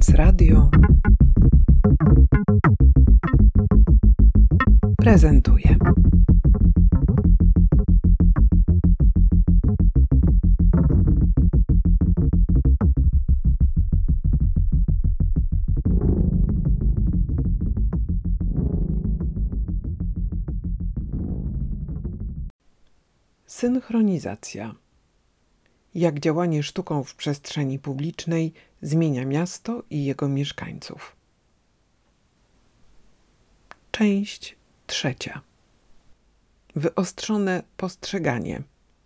SBS Radio prezentuje. Synchronizacja. Jak działanie sztuką w przestrzeni publicznej zmienia miasto i jego mieszkańców. Część 3. Wyostrzone postrzeganie.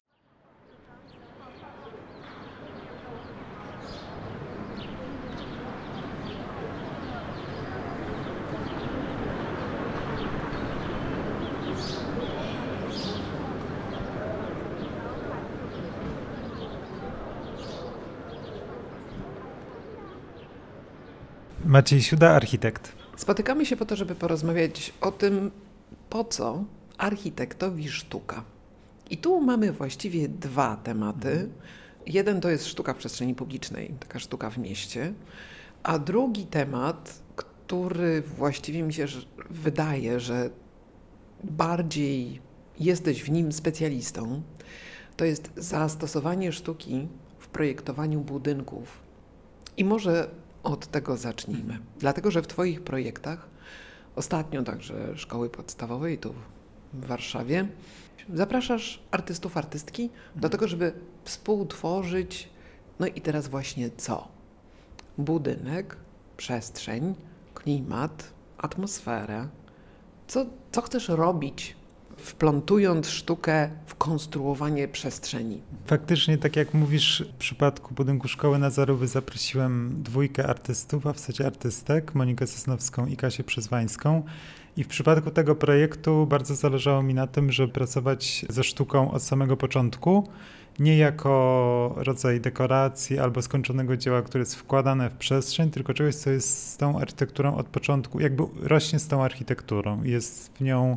Maciej Siuda, architekt. Spotykamy się po to, żeby porozmawiać o tym, po co architektowi sztuka. I tu mamy właściwie dwa tematy. Jeden to jest sztuka w przestrzeni publicznej, taka sztuka w mieście, a drugi temat, który właściwie mi się wydaje, że bardziej jesteś w nim specjalistą, to jest zastosowanie sztuki w projektowaniu budynków. I może od tego zacznijmy. Dlatego, że w Twoich projektach, ostatnio także szkoły podstawowej tu w Warszawie, zapraszasz artystów, artystki do tego, żeby współtworzyć, no i teraz właśnie co? Budynek, przestrzeń, klimat, atmosferę. Co chcesz robić, wplątując sztukę w konstruowanie przestrzeni? Faktycznie, tak jak mówisz, w przypadku budynku szkoły Nazarowy zaprosiłem dwójkę artystów, a w zasadzie artystek, Monikę Sosnowską i Kasię Przyzwańską. I w przypadku tego projektu bardzo zależało mi na tym, żeby pracować ze sztuką od samego początku, nie jako rodzaj dekoracji albo skończonego dzieła, które jest wkładane w przestrzeń, tylko czegoś, co jest z tą architekturą od początku, jakby rośnie z tą architekturą, jest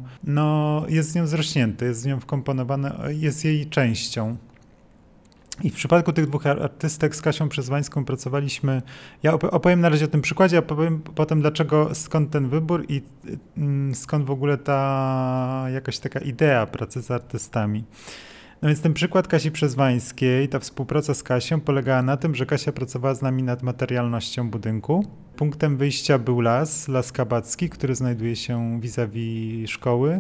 z nią zrośnięty, jest z nią wkomponowane, jest jej częścią. I w przypadku tych dwóch artystek z Kasią Przyzwańską pracowaliśmy, ja opowiem na razie o tym przykładzie, a powiem potem skąd ten wybór i skąd w ogóle ta jakaś taka idea pracy z artystami. No więc ten przykład Kasi Przyzwańskiej, ta współpraca z Kasią polegała na tym, że Kasia pracowała z nami nad materialnością budynku. Punktem wyjścia był Las Kabacki, który znajduje się vis-a-vis szkoły.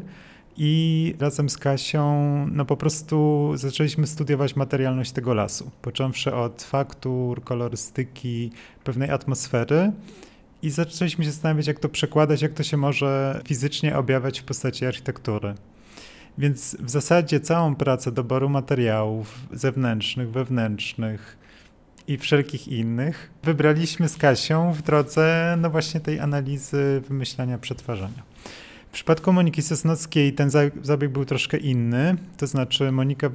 I razem z Kasią po prostu zaczęliśmy studiować materialność tego lasu, począwszy od faktur, kolorystyki, pewnej atmosfery i zaczęliśmy się zastanawiać, jak to przekładać, jak to się może fizycznie objawiać w postaci architektury. Więc w zasadzie całą pracę doboru materiałów zewnętrznych, wewnętrznych i wszelkich innych wybraliśmy z Kasią w drodze właśnie tej analizy, wymyślania, przetwarzania. W przypadku Moniki Sosnowskiej ten zabieg był troszkę inny, to znaczy Monika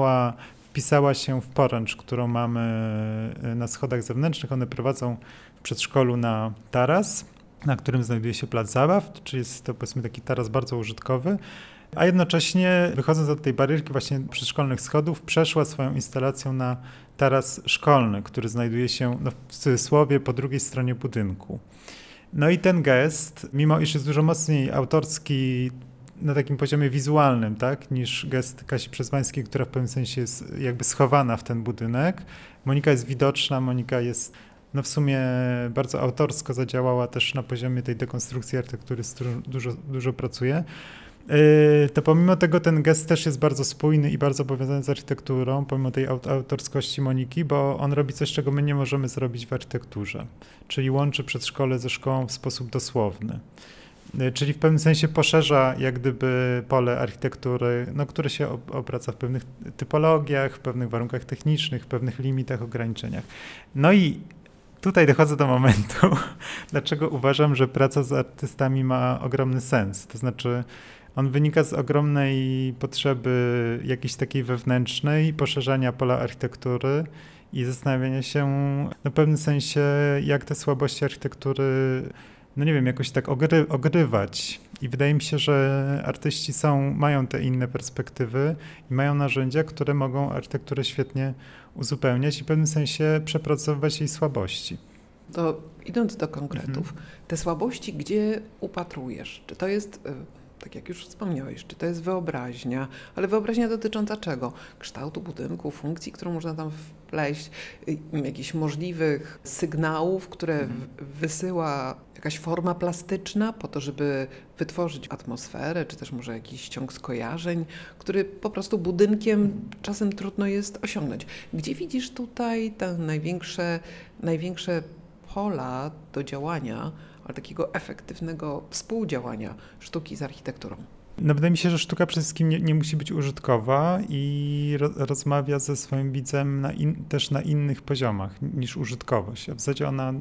wpisała się w poręcz, którą mamy na schodach zewnętrznych. One prowadzą w przedszkolu na taras, na którym znajduje się plac zabaw, czyli jest to powiedzmy taki taras bardzo użytkowy, a jednocześnie wychodząc od tej barierki właśnie przedszkolnych schodów przeszła swoją instalacją na taras szkolny, który znajduje się w cudzysłowie po drugiej stronie budynku. No i ten gest, mimo iż jest dużo mocniej autorski na takim poziomie wizualnym, tak, niż gest Kasi Przyzwańskiej, która w pewnym sensie jest jakby schowana w ten budynek. Monika jest widoczna, Monika jest w sumie bardzo autorsko zadziałała też na poziomie tej dekonstrukcji architektury, z którą dużo pracuje. To pomimo tego ten gest też jest bardzo spójny i bardzo powiązany z architekturą, pomimo tej autorskości Moniki, bo on robi coś, czego my nie możemy zrobić w architekturze, czyli łączy przedszkole ze szkołą w sposób dosłowny. Czyli w pewnym sensie poszerza jak gdyby pole architektury, które się obraca w pewnych typologiach, w pewnych warunkach technicznych, w pewnych limitach, ograniczeniach. No i tutaj dochodzę do momentu, dlaczego uważam, że praca z artystami ma ogromny sens. To znaczy on wynika z ogromnej potrzeby jakiejś takiej wewnętrznej, poszerzania pola architektury i zastanawiania się w pewnym sensie, jak te słabości architektury, jakoś tak ogrywać. I wydaje mi się, że artyści mają te inne perspektywy i mają narzędzia, które mogą architekturę świetnie uzupełniać i w pewnym sensie przepracowywać jej słabości. To idąc do konkretów, te słabości gdzie upatrujesz? Czy to jest, tak jak już wspomniałeś, czy to jest wyobraźnia, ale wyobraźnia dotycząca czego? Kształtu budynku, funkcji, którą można tam wpleść, jakichś możliwych sygnałów, które wysyła jakaś forma plastyczna po to, żeby wytworzyć atmosferę, czy też może jakiś ciąg skojarzeń, który po prostu budynkiem czasem trudno jest osiągnąć. Gdzie widzisz tutaj te największe pola do działania, ale takiego efektywnego współdziałania sztuki z architekturą? No wydaje mi się, że sztuka przede wszystkim nie musi być użytkowa i rozmawia ze swoim widzem też na innych poziomach niż użytkowość. A w zasadzie ona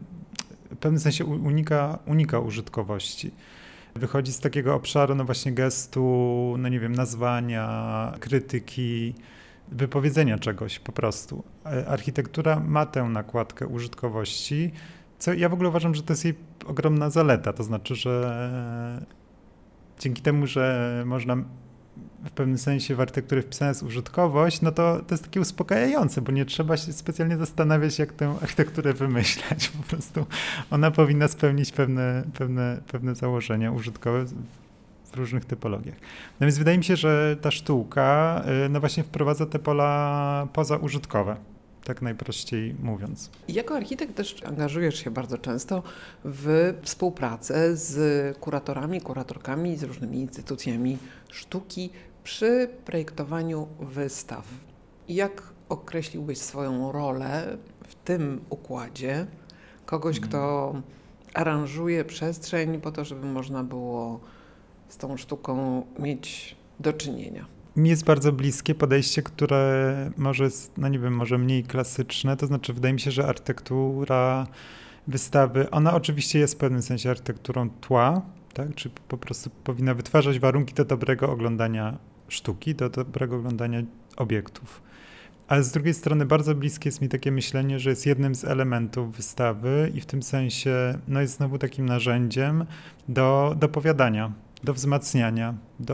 w pewnym sensie unika użytkowości. Wychodzi z takiego obszaru, no właśnie gestu, no nie wiem, nazwania, krytyki, wypowiedzenia czegoś po prostu. Architektura ma tę nakładkę użytkowości, co ja w ogóle uważam, że to jest jej ogromna zaleta. To znaczy, że dzięki temu, że można w pewnym sensie w architekturę wpisana jest użytkowość, no to jest takie uspokajające, bo nie trzeba się specjalnie zastanawiać, jak tę architekturę wymyślać. Po prostu ona powinna spełnić pewne założenia użytkowe w różnych typologiach. No więc wydaje mi się, że ta sztuka no właśnie wprowadza te pola pozaużytkowe, tak najprościej mówiąc. Jako architekt też angażujesz się bardzo często w współpracę z kuratorami, kuratorkami, z różnymi instytucjami sztuki przy projektowaniu wystaw. Jak określiłbyś swoją rolę w tym układzie kogoś, kto aranżuje przestrzeń po to, żeby można było z tą sztuką mieć do czynienia? Mi jest bardzo bliskie podejście, które może jest, no nie wiem, może mniej klasyczne, to znaczy wydaje mi się, że architektura wystawy, ona oczywiście jest w pewnym sensie architekturą tła, tak? Czy po prostu powinna wytwarzać warunki do dobrego oglądania sztuki, do dobrego oglądania obiektów. Ale z drugiej strony bardzo bliskie jest mi takie myślenie, że jest jednym z elementów wystawy i w tym sensie no jest znowu takim narzędziem do dopowiadania, do wzmacniania,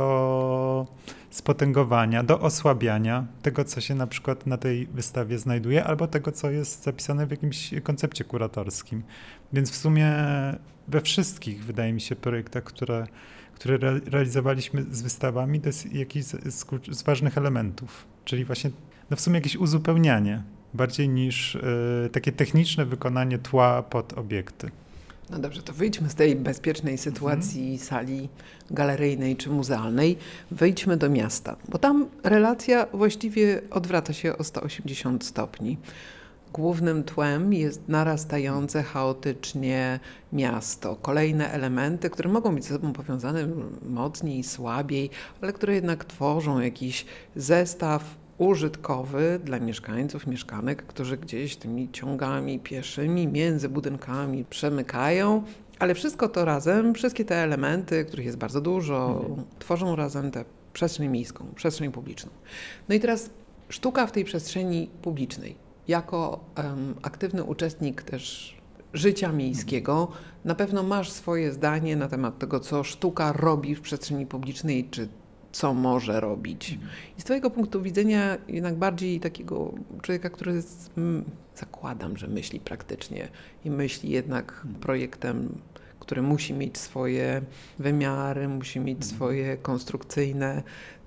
do spotęgowania, do osłabiania tego, co się na przykład na tej wystawie znajduje, albo tego, co jest zapisane w jakimś koncepcie kuratorskim. Więc w sumie we wszystkich, wydaje mi się, projektach, które realizowaliśmy z wystawami, to jest jakiś z ważnych elementów, czyli właśnie no w sumie jakieś uzupełnianie, bardziej niż takie techniczne wykonanie tła pod obiekty. No dobrze, to wyjdźmy z tej bezpiecznej sytuacji sali galeryjnej czy muzealnej, wyjdźmy do miasta, bo tam relacja właściwie odwraca się o 180 stopni. Głównym tłem jest narastające chaotycznie miasto. Kolejne elementy, które mogą być ze sobą powiązane mocniej, słabiej, ale które jednak tworzą jakiś zestaw użytkowy dla mieszkańców, mieszkanek, którzy gdzieś tymi ciągami pieszymi między budynkami przemykają, ale wszystko to razem, wszystkie te elementy, których jest bardzo dużo, tworzą razem tę przestrzeń miejską, przestrzeń publiczną. No i teraz sztuka w tej przestrzeni publicznej. Jako aktywny uczestnik też życia miejskiego na pewno masz swoje zdanie na temat tego, co sztuka robi w przestrzeni publicznej, czy co może robić. I z twojego punktu widzenia jednak bardziej takiego człowieka, który zakładam, że myśli praktycznie i myśli jednak projektem, który musi mieć swoje wymiary, musi mieć swoje konstrukcyjne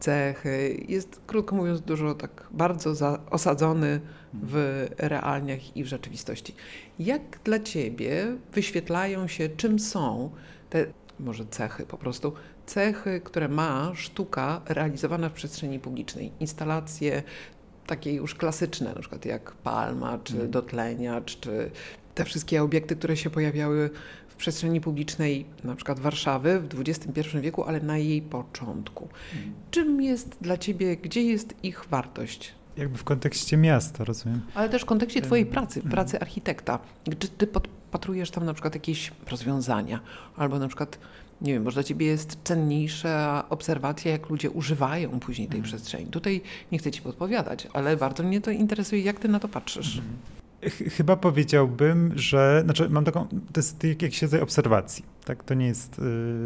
cechy. Jest, krótko mówiąc, dużo tak bardzo osadzony w realiach i w rzeczywistości. Jak dla ciebie wyświetlają się, czym są te może cechy po prostu, cechy, które ma sztuka realizowana w przestrzeni publicznej. Instalacje takie już klasyczne, na przykład jak Palma, czy Dotleniacz, czy te wszystkie obiekty, które się pojawiały w przestrzeni publicznej, na przykład Warszawy w XXI wieku, ale na jej początku. Czym jest dla ciebie, gdzie jest ich wartość? Jakby w kontekście miasta, rozumiem. Ale też w kontekście twojej pracy, pracy architekta. Czy ty podpatrujesz tam na przykład jakieś rozwiązania? Albo na przykład, nie wiem, może dla ciebie jest cenniejsza obserwacja, jak ludzie używają później tej przestrzeni. Tutaj nie chcę ci podpowiadać, ale bardzo mnie to interesuje, jak ty na to patrzysz. Chyba powiedziałbym, że, znaczy mam taką, to jest jakiś rodzaj obserwacji, tak, to nie jest,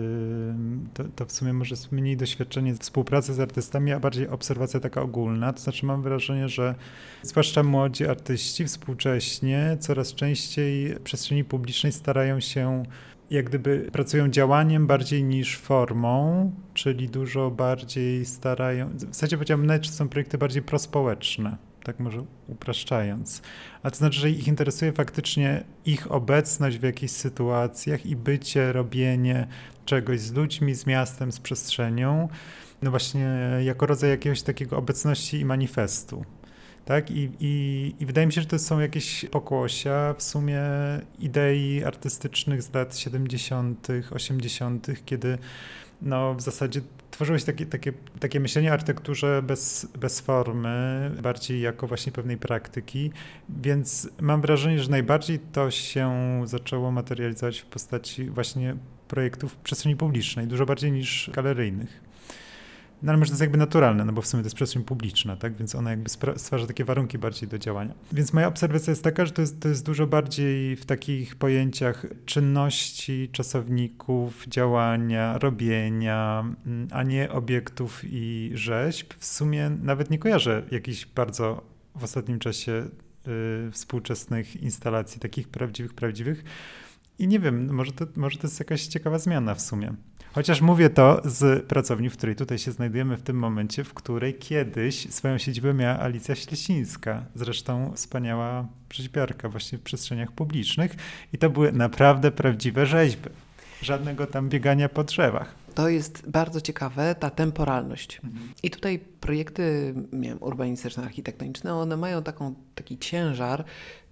to w sumie może jest mniej doświadczenie współpracy z artystami, a bardziej obserwacja taka ogólna, to znaczy mam wrażenie, że zwłaszcza młodzi artyści współcześnie coraz częściej w przestrzeni publicznej starają się, jak gdyby pracują działaniem bardziej niż formą, czyli dużo bardziej starają, w zasadzie powiedziałbym nawet, że są projekty bardziej prospołeczne, tak może upraszczając. A to znaczy, że ich interesuje faktycznie ich obecność w jakichś sytuacjach i bycie, robienie czegoś z ludźmi, z miastem, z przestrzenią, no właśnie jako rodzaj jakiegoś takiego obecności i manifestu. Tak? I wydaje mi się, że to są jakieś pokłosia w sumie idei artystycznych z lat 70., 80., kiedy no, w zasadzie tworzyło się takie myślenie o architekturze bez formy, bardziej jako właśnie pewnej praktyki, więc mam wrażenie, że najbardziej to się zaczęło materializować w postaci właśnie projektów w przestrzeni publicznej, dużo bardziej niż galeryjnych. No ale może to jest jakby naturalne, no bo w sumie to jest przestrzeń publiczna, tak? Więc ona jakby stwarza takie warunki bardziej do działania. Więc moja obserwacja jest taka, że to jest dużo bardziej w takich pojęciach czynności, czasowników, działania, robienia, a nie obiektów i rzeźb. W sumie nawet nie kojarzę jakichś bardzo w ostatnim czasie współczesnych instalacji, takich prawdziwych. I nie wiem, może to jest jakaś ciekawa zmiana w sumie. Chociaż mówię to z pracowni, w której tutaj się znajdujemy w tym momencie, w której kiedyś swoją siedzibę miała Alicja Ślesińska, zresztą wspaniała rzeźbiarka właśnie w przestrzeniach publicznych i to były naprawdę prawdziwe rzeźby. Żadnego tam biegania po drzewach. To jest bardzo ciekawe, ta temporalność. I tutaj projekty urbanistyczne, architektoniczne, one mają taki ciężar,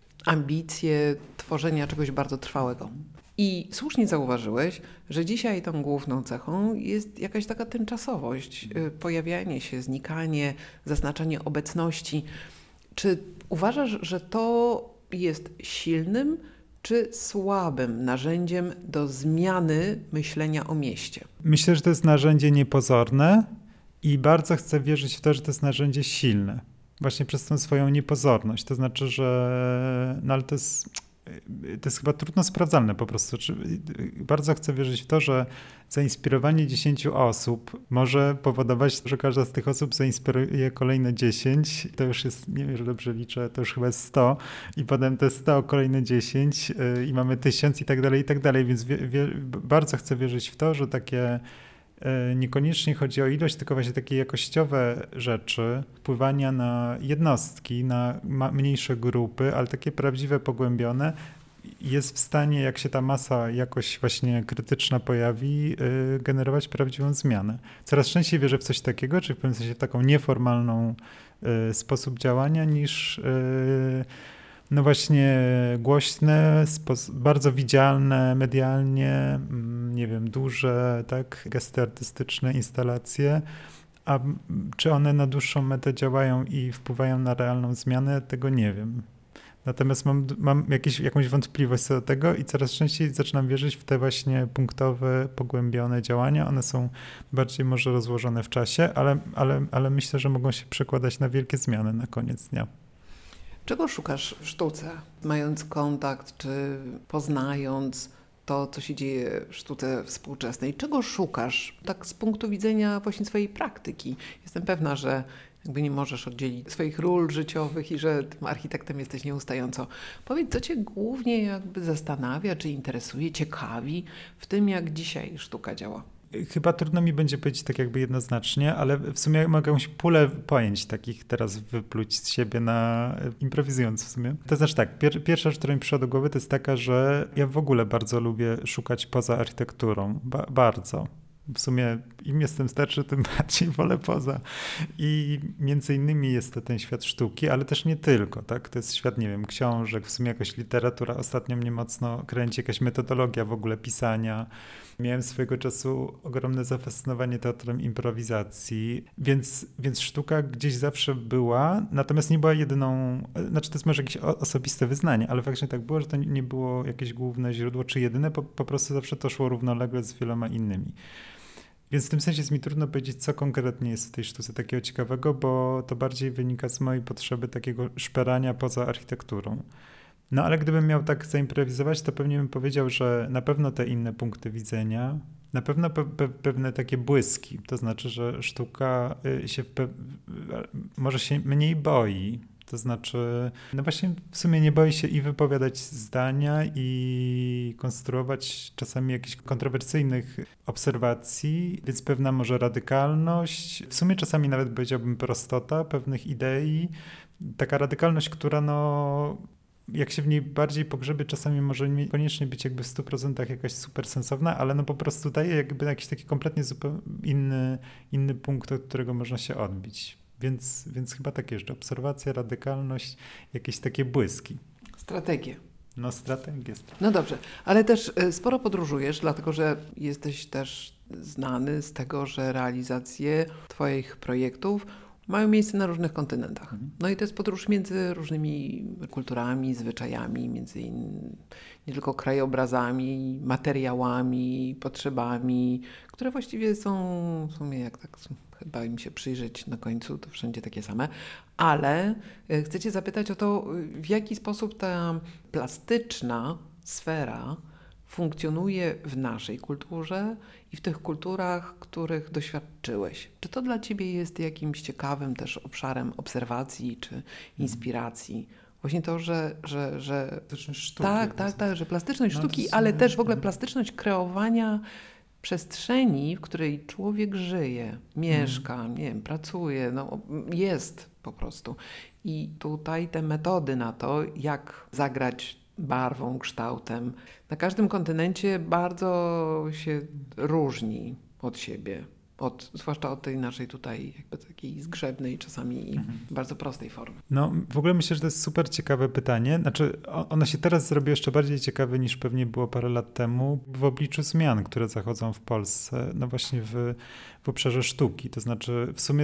ambicje tworzenia czegoś bardzo trwałego. I słusznie zauważyłeś, że dzisiaj tą główną cechą jest jakaś taka tymczasowość, pojawianie się, znikanie, zaznaczanie obecności. Czy uważasz, że to jest silnym czy słabym narzędziem do zmiany myślenia o mieście? Myślę, że to jest narzędzie niepozorne i bardzo chcę wierzyć w to, że to jest narzędzie silne. Właśnie przez tą swoją niepozorność. To znaczy, że no ale to jest chyba trudno sprawdzalne po prostu. Bardzo chcę wierzyć w to, że zainspirowanie 10 osób może powodować, że każda z tych osób zainspiruje kolejne 10. To już jest, nie wiem, że dobrze liczę, to już chyba jest 100 i potem te 100 kolejne 10 i mamy 1000 i tak dalej. Więc bardzo chcę wierzyć w to, że takie niekoniecznie chodzi o ilość, tylko właśnie takie jakościowe rzeczy, wpływania na jednostki, na mniejsze grupy, ale takie prawdziwe, pogłębione, jest w stanie, jak się ta masa jakoś właśnie krytyczna pojawi, generować prawdziwą zmianę. Coraz częściej wierzę w coś takiego, czy w pewnym sensie w taką nieformalną sposób działania, niż no właśnie głośne, bardzo widzialne medialnie, nie wiem, duże, tak, gesty artystyczne, instalacje, a czy one na dłuższą metę działają i wpływają na realną zmianę, tego nie wiem. Natomiast mam jakąś wątpliwość co do tego i coraz częściej zaczynam wierzyć w te właśnie punktowe, pogłębione działania. One są bardziej może rozłożone w czasie, ale myślę, że mogą się przekładać na wielkie zmiany na koniec dnia. Czego szukasz w sztuce, mając kontakt, czy poznając to, co się dzieje w sztuce współczesnej? Czego szukasz tak z punktu widzenia właśnie swojej praktyki? Jestem pewna, że jakby nie możesz oddzielić swoich ról życiowych i że tym architektem jesteś nieustająco. Powiedz, co cię głównie jakby zastanawia, czy interesuje, ciekawi w tym, jak dzisiaj sztuka działa? Chyba trudno mi będzie powiedzieć tak jakby jednoznacznie, ale w sumie mogę jakąś pulę pojęć takich teraz wypluć z siebie improwizując w sumie. To znaczy tak, pierwsza rzecz, która mi przyszła do głowy, to jest taka, że ja w ogóle bardzo lubię szukać poza architekturą. Bardzo. W sumie im jestem starszy, tym bardziej wolę poza. I między innymi jest to ten świat sztuki, ale też nie tylko, tak? To jest świat, nie wiem, książek, w sumie jakaś literatura. Ostatnio mnie mocno kręci jakaś metodologia w ogóle pisania. Miałem swojego czasu ogromne zafascynowanie teatrem improwizacji, więc sztuka gdzieś zawsze była, natomiast nie była jedyną, znaczy to jest może jakieś osobiste wyznanie, ale faktycznie tak było, że to nie było jakieś główne źródło, czy jedyne, po prostu zawsze to szło równolegle z wieloma innymi. Więc w tym sensie jest mi trudno powiedzieć, co konkretnie jest w tej sztuce takiego ciekawego, bo to bardziej wynika z mojej potrzeby takiego szperania poza architekturą. No ale gdybym miał tak zaimprowizować, to pewnie bym powiedział, że na pewno te inne punkty widzenia, na pewno pewne takie błyski, to znaczy, że sztuka może się mniej boi. To znaczy, no właśnie w sumie nie boi się i wypowiadać zdania i konstruować czasami jakichś kontrowersyjnych obserwacji, więc pewna może radykalność, w sumie czasami nawet powiedziałbym prostota pewnych idei, taka radykalność, która no jak się w niej bardziej pogrzebie, czasami może niekoniecznie być jakby w 100% jakaś super sensowna, ale no po prostu daje jakby jakiś taki kompletnie zupełnie inny punkt, od którego można się odbić. Więc chyba takie jeszcze obserwacja, radykalność, jakieś takie błyski. Strategie. No strategie. No dobrze, ale też sporo podróżujesz, dlatego że jesteś też znany z tego, że realizacje Twoich projektów mają miejsce na różnych kontynentach. No i to jest podróż między różnymi kulturami, zwyczajami, nie tylko krajobrazami, materiałami, potrzebami, które właściwie są w sumie, jak tak chyba im się przyjrzeć na końcu, to wszędzie takie same. Ale chcę Cię zapytać o to, w jaki sposób ta plastyczna sfera funkcjonuje w naszej kulturze i w tych kulturach, których doświadczyłeś. Czy to dla Ciebie jest jakimś ciekawym też obszarem obserwacji czy inspiracji? Właśnie to, że Plastyczność sztuki. tak, że plastyczność No, sztuki, to ale jest- też w ogóle plastyczność kreowania przestrzeni, w której człowiek żyje, mieszka, nie wiem, pracuje, no, jest po prostu. I tutaj te metody na to, jak zagrać barwą, kształtem, na każdym kontynencie bardzo się różni od siebie. Zwłaszcza od tej naszej tutaj jakby takiej zgrzebnej, czasami bardzo prostej formy. No, w ogóle myślę, że to jest super ciekawe pytanie. Znaczy, ono się teraz zrobi jeszcze bardziej ciekawe niż pewnie było parę lat temu w obliczu zmian, które zachodzą w Polsce, no właśnie w obszarze sztuki. To znaczy, w sumie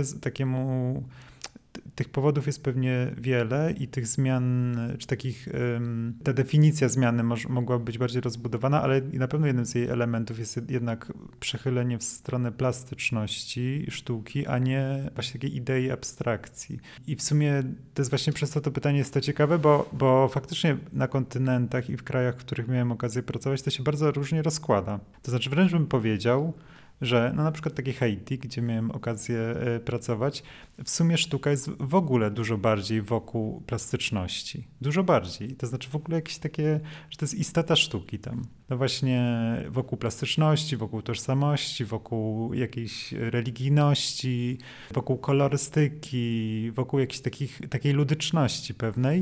tych powodów jest pewnie wiele i tych zmian, czy takich, ta definicja zmiany mogłaby być bardziej rozbudowana, ale na pewno jednym z jej elementów jest jednak przechylenie w stronę plastyczności sztuki, a nie właśnie takiej idei abstrakcji. I w sumie to jest właśnie przez to pytanie jest to ciekawe, bo faktycznie na kontynentach i w krajach, w których miałem okazję pracować, to się bardzo różnie rozkłada. To znaczy wręcz bym powiedział, że no na przykład takie Haiti, gdzie miałem okazję pracować, w sumie sztuka jest w ogóle dużo bardziej wokół plastyczności. Dużo bardziej. To znaczy w ogóle jakieś takie, że to jest istota sztuki tam. No właśnie wokół plastyczności, wokół tożsamości, wokół jakiejś religijności, wokół kolorystyki, wokół jakiejś takiej ludyczności pewnej.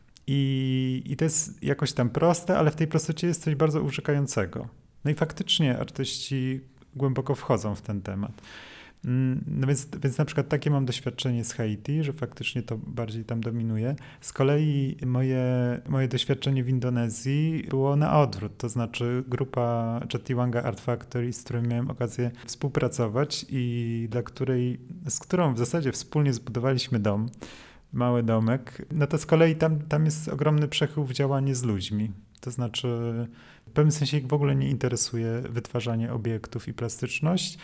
I to jest jakoś tam proste, ale w tej prostocie jest coś bardzo urzekającego. No i faktycznie artyści głęboko wchodzą w ten temat. No więc na przykład takie mam doświadczenie z Haiti, że faktycznie to bardziej tam dominuje. Z kolei moje doświadczenie w Indonezji było na odwrót, to znaczy grupa Jatiwanga Art Factory, z którą miałem okazję współpracować i z którą w zasadzie wspólnie zbudowaliśmy dom, mały domek, no to z kolei tam jest ogromny przechył w działanie z ludźmi. To znaczy w pewnym sensie ich w ogóle nie interesuje wytwarzanie obiektów i plastyczność,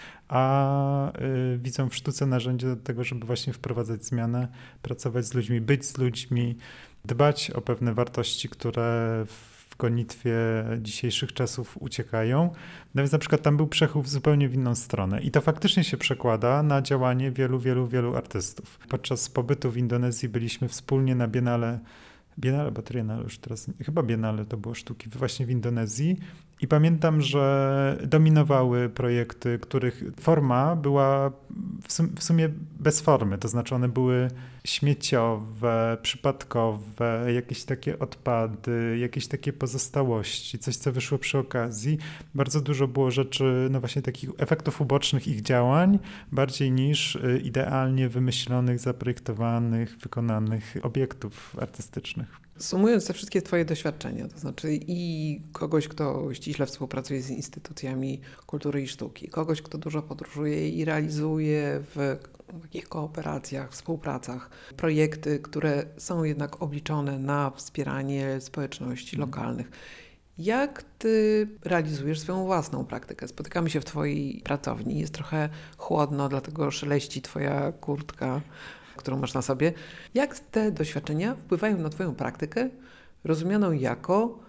a widzą w sztuce narzędzie do tego, żeby właśnie wprowadzać zmianę, pracować z ludźmi, być z ludźmi, dbać o pewne wartości, które w gonitwie dzisiejszych czasów uciekają. No więc na przykład tam był przechył zupełnie w inną stronę i to faktycznie się przekłada na działanie wielu artystów. Podczas pobytu w Indonezji byliśmy wspólnie na Biennale, bo Triennale już teraz, chyba Biennale to było sztuki właśnie w Indonezji i pamiętam, że dominowały projekty, których forma była w sumie bez formy, to znaczy one były śmieciowe, przypadkowe, jakieś takie odpady, jakieś takie pozostałości, coś co wyszło przy okazji. Bardzo dużo było rzeczy, no właśnie takich efektów ubocznych ich działań, bardziej niż idealnie wymyślonych, zaprojektowanych, wykonanych obiektów artystycznych. Sumując te wszystkie Twoje doświadczenia, to znaczy i kogoś, kto ściśle współpracuje z instytucjami kultury i sztuki, kogoś, kto dużo podróżuje i realizuje w takich kooperacjach, współpracach projekty, które są jednak obliczone na wspieranie społeczności lokalnych. Jak Ty realizujesz swoją własną praktykę? Spotykamy się w Twojej pracowni, jest trochę chłodno, dlatego szeleści Twoja kurtka, którą masz na sobie. Jak te doświadczenia wpływają na Twoją praktykę rozumianą jako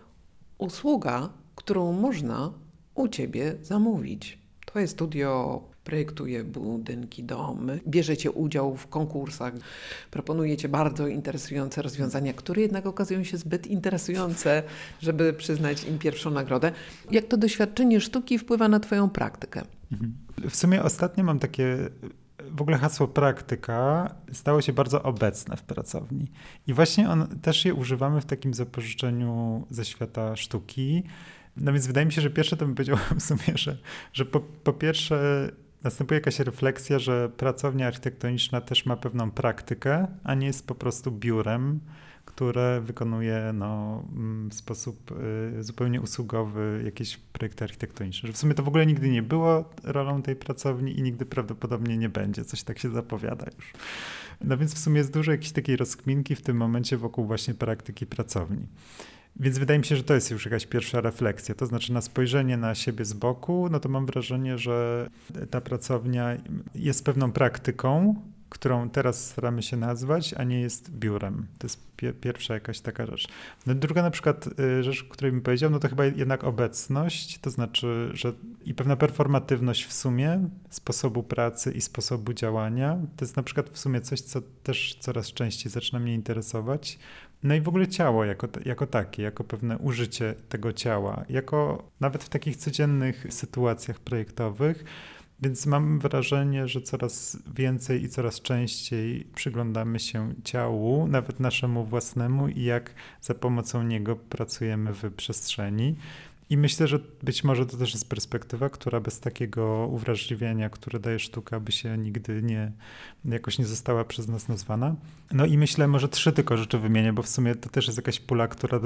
usługa, którą można u Ciebie zamówić. Twoje studio projektuje budynki, domy, bierzecie udział w konkursach, proponujecie bardzo interesujące rozwiązania, które jednak okazują się zbyt interesujące, żeby przyznać im pierwszą nagrodę. Jak to doświadczenie sztuki wpływa na Twoją praktykę? W sumie ostatnio mam takie, w ogóle hasło praktyka stało się bardzo obecne w pracowni. I właśnie też je używamy w takim zapożyczeniu ze świata sztuki. No więc wydaje mi się, że pierwsze to bym powiedział w sumie, że po pierwsze następuje jakaś refleksja, że pracownia architektoniczna też ma pewną praktykę, a nie jest po prostu biurem, które wykonuje w sposób zupełnie usługowy jakieś projekty architektoniczne. Że w sumie to w ogóle nigdy nie było rolą tej pracowni i nigdy prawdopodobnie nie będzie. Coś tak się zapowiada już. No więc w sumie jest dużo jakiejś takiej rozkminki w tym momencie wokół właśnie praktyki pracowni. Więc wydaje mi się, że to jest już jakaś pierwsza refleksja. To znaczy na spojrzenie na siebie z boku, no to mam wrażenie, że ta pracownia jest pewną praktyką, którą teraz staramy się nazwać, a nie jest biurem. To jest pierwsza jakaś taka rzecz. No druga na przykład rzecz, o której bym powiedział, no to chyba jednak obecność, to znaczy, że i pewna performatywność w sumie sposobu pracy i sposobu działania. To jest na przykład w sumie coś, co też coraz częściej zaczyna mnie interesować. No i w ogóle ciało jako takie, jako pewne użycie tego ciała, jako nawet w takich codziennych sytuacjach projektowych. Więc mam wrażenie, że coraz więcej i coraz częściej przyglądamy się ciału, nawet naszemu własnemu i jak za pomocą niego pracujemy w przestrzeni. I myślę, że być może to też jest perspektywa, która bez takiego uwrażliwienia, które daje sztuka, by się nigdy jakoś nie została przez nas nazwana. No i myślę, może 3 tylko rzeczy wymienię, bo w sumie to też jest jakaś pula,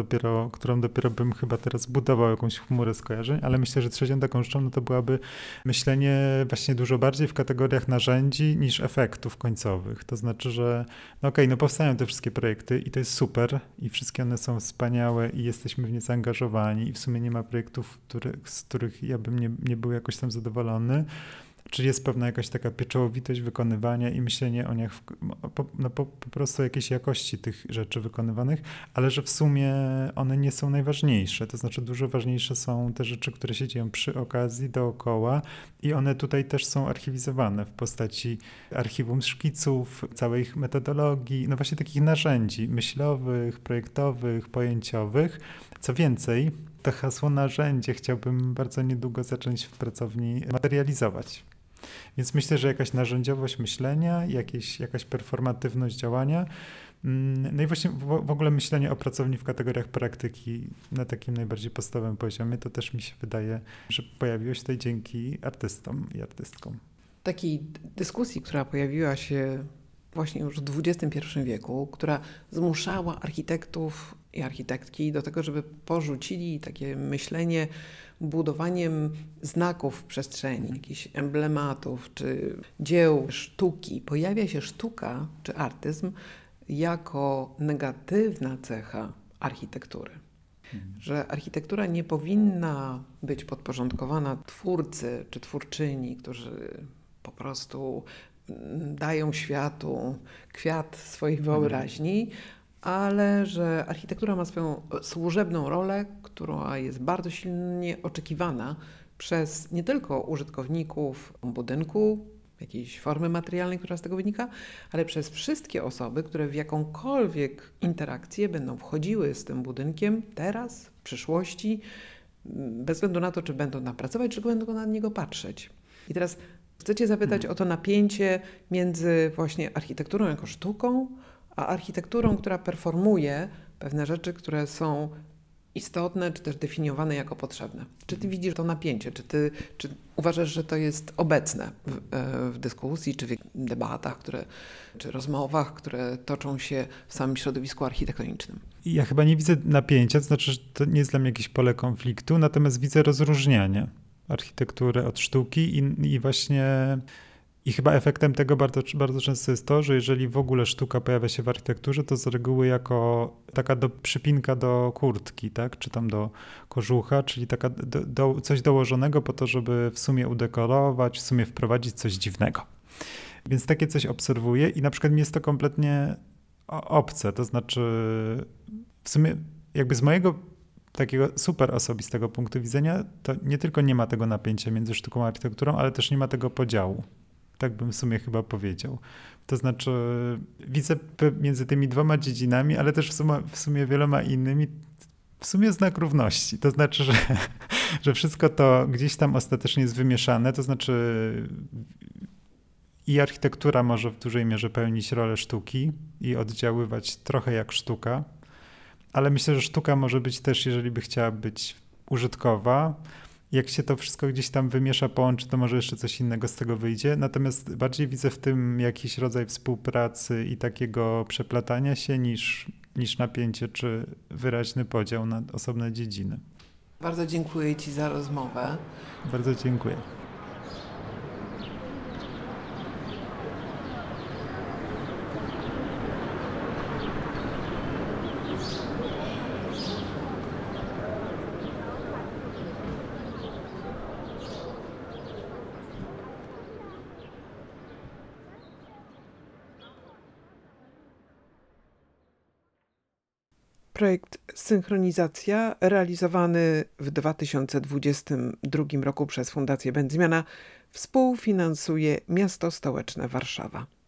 którą dopiero bym chyba teraz budował jakąś chmurę skojarzeń, ale myślę, że trzecią taką rzeczą, no to byłaby myślenie właśnie dużo bardziej w kategoriach narzędzi niż efektów końcowych. To znaczy, że powstają te wszystkie projekty i to jest super i wszystkie one są wspaniałe i jesteśmy w nie zaangażowani i w sumie nie ma projektów, z których ja bym nie był jakoś tam zadowolony. Czyli jest pewna jakaś taka pieczołowitość wykonywania i myślenie o nich, po prostu jakiejś jakości tych rzeczy wykonywanych, ale że w sumie one nie są najważniejsze. To znaczy dużo ważniejsze są te rzeczy, które się dzieją przy okazji, dookoła i one tutaj też są archiwizowane w postaci archiwum szkiców, całej ich metodologii, no właśnie takich narzędzi myślowych, projektowych, pojęciowych. Co więcej, to hasło narzędzie chciałbym bardzo niedługo zacząć w pracowni materializować. Więc myślę, że jakaś narzędziowość myślenia, jakaś performatywność działania, no i właśnie w ogóle myślenie o pracowni w kategoriach praktyki na takim najbardziej podstawowym poziomie, to też mi się wydaje, że pojawiło się tutaj dzięki artystom i artystkom. Takiej dyskusji, która pojawiła się właśnie już w XXI wieku, która zmuszała architektów i architektki do tego, żeby porzucili takie myślenie budowaniem znaków w przestrzeni, jakichś emblematów czy dzieł sztuki. Pojawia się sztuka czy artyzm jako negatywna cecha architektury. Że architektura nie powinna być podporządkowana twórcy czy twórczyni, którzy po prostu dają światu kwiat swojej wyobraźni, ale że architektura ma swoją służebną rolę, która jest bardzo silnie oczekiwana przez nie tylko użytkowników budynku, jakiejś formy materialnej, która z tego wynika, ale przez wszystkie osoby, które w jakąkolwiek interakcję będą wchodziły z tym budynkiem teraz, w przyszłości, bez względu na to, czy będą tam pracować, czy będą na niego patrzeć. I teraz chcę Cię zapytać o to napięcie między właśnie architekturą jako sztuką, a architekturą, która performuje pewne rzeczy, które są istotne, czy też definiowane jako potrzebne. Czy Ty widzisz to napięcie? Czy uważasz, że to jest obecne w dyskusji, czy w debatach, czy rozmowach, które toczą się w samym środowisku architektonicznym? Ja chyba nie widzę napięcia, to znaczy, że to nie jest dla mnie jakieś pole konfliktu, natomiast widzę rozróżnianie architektury od sztuki i właśnie... I chyba efektem tego bardzo, bardzo często jest to, że jeżeli w ogóle sztuka pojawia się w architekturze, to z reguły jako taka przypinka do kurtki, tak? Czy tam do kożucha, czyli taka coś dołożonego po to, żeby w sumie udekorować, w sumie wprowadzić coś dziwnego. Więc takie coś obserwuję i na przykład mi jest to kompletnie obce, to znaczy w sumie jakby z mojego takiego super osobistego punktu widzenia, to nie tylko nie ma tego napięcia między sztuką a architekturą, ale też nie ma tego podziału. Tak bym w sumie chyba powiedział. To znaczy widzę między tymi dwoma dziedzinami, ale też w sumie wieloma innymi w sumie znak równości. To znaczy, że wszystko to gdzieś tam ostatecznie jest wymieszane, to znaczy i architektura może w dużej mierze pełnić rolę sztuki i oddziaływać trochę jak sztuka, ale myślę, że sztuka może być też, jeżeli by chciała być użytkowa. Jak się to wszystko gdzieś tam wymiesza, połączy, to może jeszcze coś innego z tego wyjdzie. Natomiast bardziej widzę w tym jakiś rodzaj współpracy i takiego przeplatania się niż napięcie czy wyraźny podział na osobne dziedziny. Bardzo dziękuję Ci za rozmowę. Bardzo dziękuję. Projekt Synchronizacja, realizowany w 2022 roku przez Fundację Będzmiana, współfinansuje Miasto Stołeczne Warszawa.